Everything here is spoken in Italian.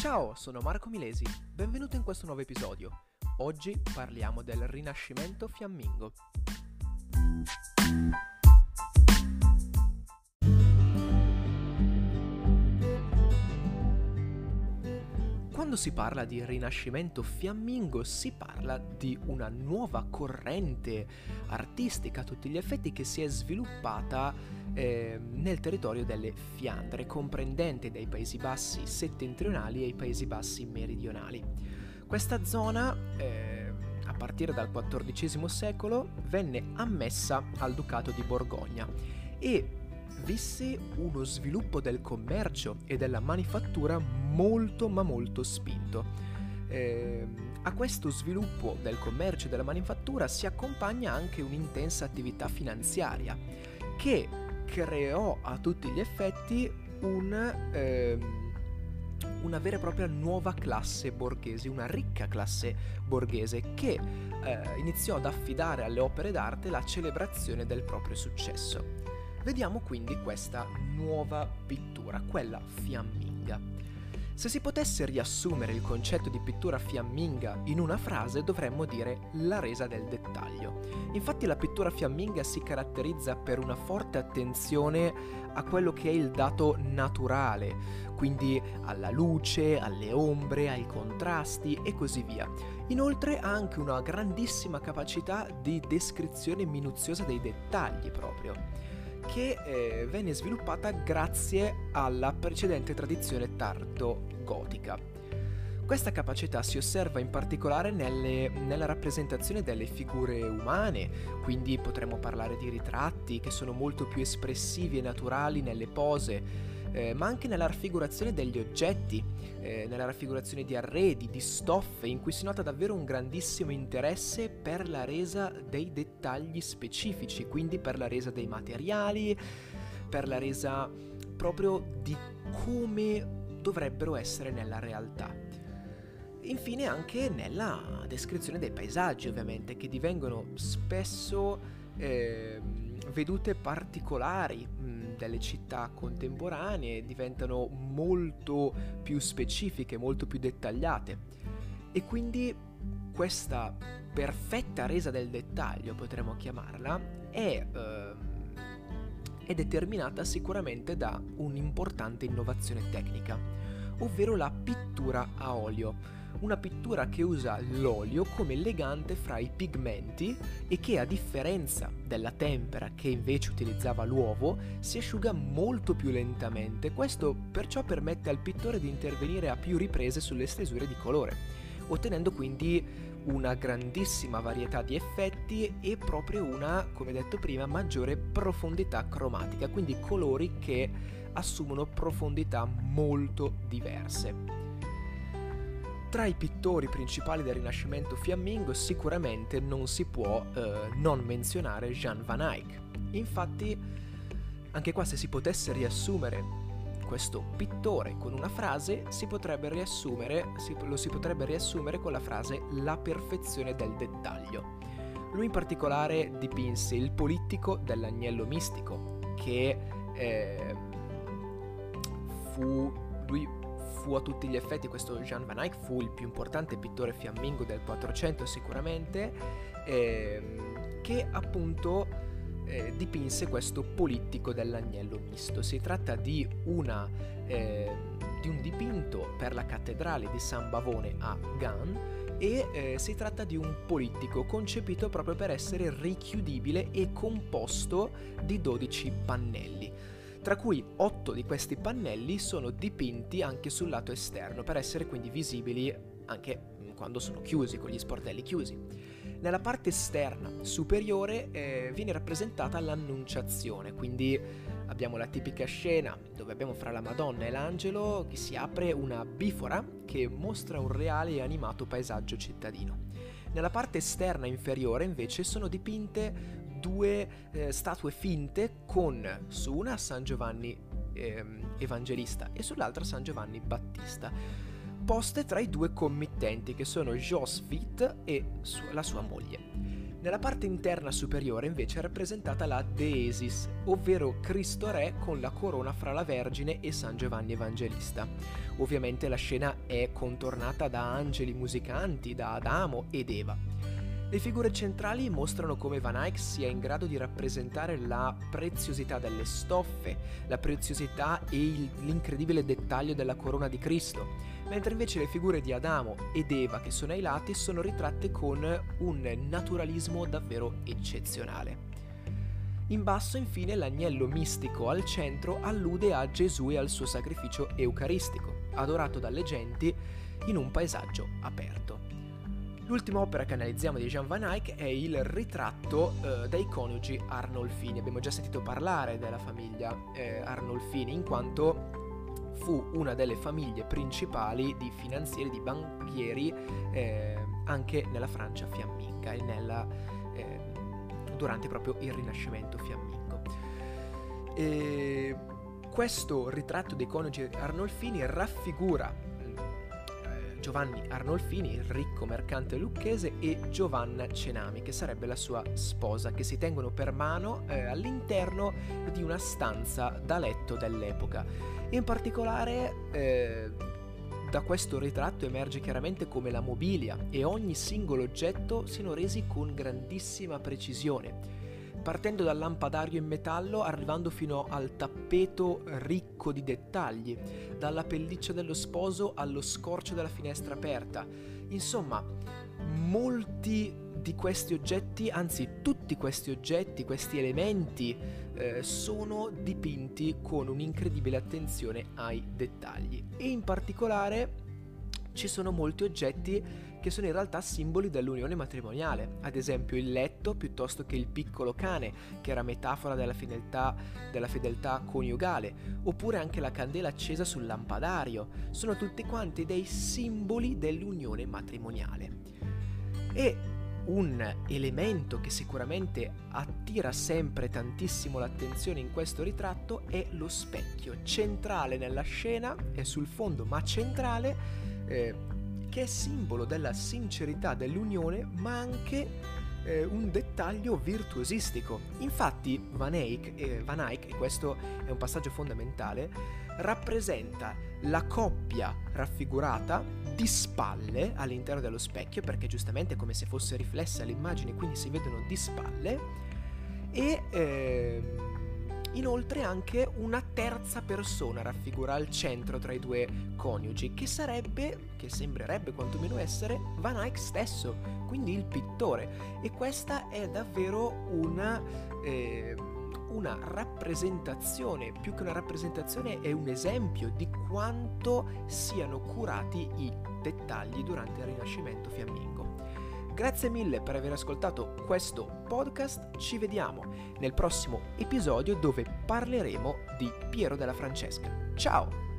Ciao, sono Marco Milesi, benvenuto in questo nuovo episodio. Oggi parliamo del Rinascimento fiammingo. Quando si parla di Rinascimento fiammingo si parla di una nuova corrente artistica a tutti gli effetti che si è sviluppata nel territorio delle Fiandre, comprendente dai Paesi Bassi settentrionali e i Paesi Bassi meridionali. Questa zona, a partire dal XIV secolo, venne annessa al Ducato di Borgogna e visse uno sviluppo del commercio e della manifattura molto spinto. A questo sviluppo del commercio e della manifattura si accompagna anche un'intensa attività finanziaria che creò a tutti gli effetti una vera e propria nuova classe borghese, una ricca classe borghese che iniziò ad affidare alle opere d'arte la celebrazione del proprio successo. Vediamo quindi questa nuova pittura, quella fiamminga. Se si potesse riassumere il concetto di pittura fiamminga in una frase, dovremmo dire la resa del dettaglio. Infatti la pittura fiamminga si caratterizza per una forte attenzione a quello che è il dato naturale, quindi alla luce, alle ombre, ai contrasti e così via. Inoltre ha anche una grandissima capacità di descrizione minuziosa dei dettagli proprio, che venne sviluppata grazie alla precedente tradizione tardo-gotica. Questa capacità si osserva in particolare nella rappresentazione delle figure umane, quindi potremmo parlare di ritratti che sono molto più espressivi e naturali nelle pose, ma anche nella raffigurazione degli oggetti, nella raffigurazione di arredi, di stoffe, in cui si nota davvero un grandissimo interesse per la resa dei dettagli specifici, quindi per la resa dei materiali, per la resa proprio di come dovrebbero essere nella realtà. Infine anche nella descrizione dei paesaggi, ovviamente, che divengono spesso vedute particolari delle città contemporanee, diventano molto più specifiche, molto più dettagliate, e quindi questa perfetta resa del dettaglio, potremmo chiamarla, è determinata sicuramente da un'importante innovazione tecnica, ovvero la pittura a olio. Una pittura che usa l'olio come legante fra i pigmenti e che, a differenza della tempera che invece utilizzava l'uovo, si asciuga molto più lentamente. Questo perciò permette al pittore di intervenire a più riprese sulle stesure di colore, ottenendo quindi una grandissima varietà di effetti e proprio una, come detto prima, maggiore profondità cromatica, quindi colori che assumono profondità molto diverse. Tra i pittori principali del Rinascimento fiammingo sicuramente non si può non menzionare Jan van Eyck. Infatti, anche qua, se si potesse riassumere questo pittore con una frase, lo si potrebbe riassumere con la frase la perfezione del dettaglio. Lui in particolare dipinse il polittico dell'Agnello Mistico, che fu a tutti gli effetti, questo Jan van Eyck fu il più importante pittore fiammingo del 400 sicuramente, che appunto dipinse questo polittico dell'Agnello Misto. Si tratta di un dipinto per la cattedrale di San Bavone a Gand e si tratta di un polittico concepito proprio per essere richiudibile e composto di 12 pannelli, tra cui 8 di questi pannelli sono dipinti anche sul lato esterno per essere quindi visibili anche quando sono chiusi, con gli sportelli chiusi. Nella parte esterna superiore viene rappresentata l'Annunciazione, quindi abbiamo la tipica scena dove abbiamo fra la Madonna e l'Angelo che si apre una bifora che mostra un reale e animato paesaggio cittadino. Nella parte esterna inferiore invece sono dipinte due statue finte con su una San Giovanni Evangelista e sull'altra San Giovanni Battista, poste tra i due committenti che sono Jos Vith e la sua moglie. Nella parte interna superiore invece è rappresentata la Deesis, ovvero Cristo Re con la corona fra la Vergine e San Giovanni Evangelista. Ovviamente la scena è contornata da angeli musicanti, da Adamo ed Eva. Le figure centrali mostrano come Van Eyck sia in grado di rappresentare la preziosità delle stoffe, la preziosità e l'incredibile dettaglio della corona di Cristo, mentre invece le figure di Adamo ed Eva che sono ai lati sono ritratte con un naturalismo davvero eccezionale. In basso infine l'agnello mistico al centro allude a Gesù e al suo sacrificio eucaristico, adorato dalle genti in un paesaggio aperto. L'ultima opera che analizziamo di Jan van Eyck è il ritratto dei coniugi Arnolfini. Abbiamo già sentito parlare della famiglia Arnolfini in quanto fu una delle famiglie principali di finanzieri, di banchieri anche nella Francia fiamminga e durante proprio il Rinascimento fiammingo. Questo ritratto dei coniugi Arnolfini raffigura Giovanni Arnolfini, il ricco mercante lucchese, e Giovanna Cenami, che sarebbe la sua sposa, che si tengono per mano all'interno di una stanza da letto dell'epoca. In particolare da questo ritratto emerge chiaramente come la mobilia e ogni singolo oggetto siano resi con grandissima precisione, partendo dal lampadario in metallo arrivando fino al tappeto ricco di dettagli, dalla pelliccia dello sposo allo scorcio della finestra aperta. Insomma, molti di questi oggetti, anzi tutti questi oggetti, questi elementi sono dipinti con un'incredibile attenzione ai dettagli, e in particolare ci sono molti oggetti che sono in realtà simboli dell'unione matrimoniale, ad esempio il letto piuttosto che il piccolo cane, che era metafora della fedeltà coniugale, oppure anche la candela accesa sul lampadario. Sono tutti quanti dei simboli dell'unione matrimoniale. E un elemento che sicuramente attira sempre tantissimo l'attenzione in questo ritratto è lo specchio, centrale nella scena, è sul fondo ma centrale, che è simbolo della sincerità dell'unione, ma anche un dettaglio virtuosistico. Infatti Van Eyck, e questo è un passaggio fondamentale, rappresenta la coppia raffigurata di spalle all'interno dello specchio, perché giustamente è come se fosse riflessa l'immagine, quindi si vedono di spalle, e inoltre anche una terza persona raffigura al centro tra i due coniugi, che sembrerebbe quantomeno essere Van Eyck stesso, quindi il pittore. E questa è davvero una rappresentazione, più che una rappresentazione è un esempio di quanto siano curati i dettagli durante il Rinascimento fiammingo. Grazie mille per aver ascoltato questo podcast, ci vediamo nel prossimo episodio dove parleremo di Piero della Francesca. Ciao!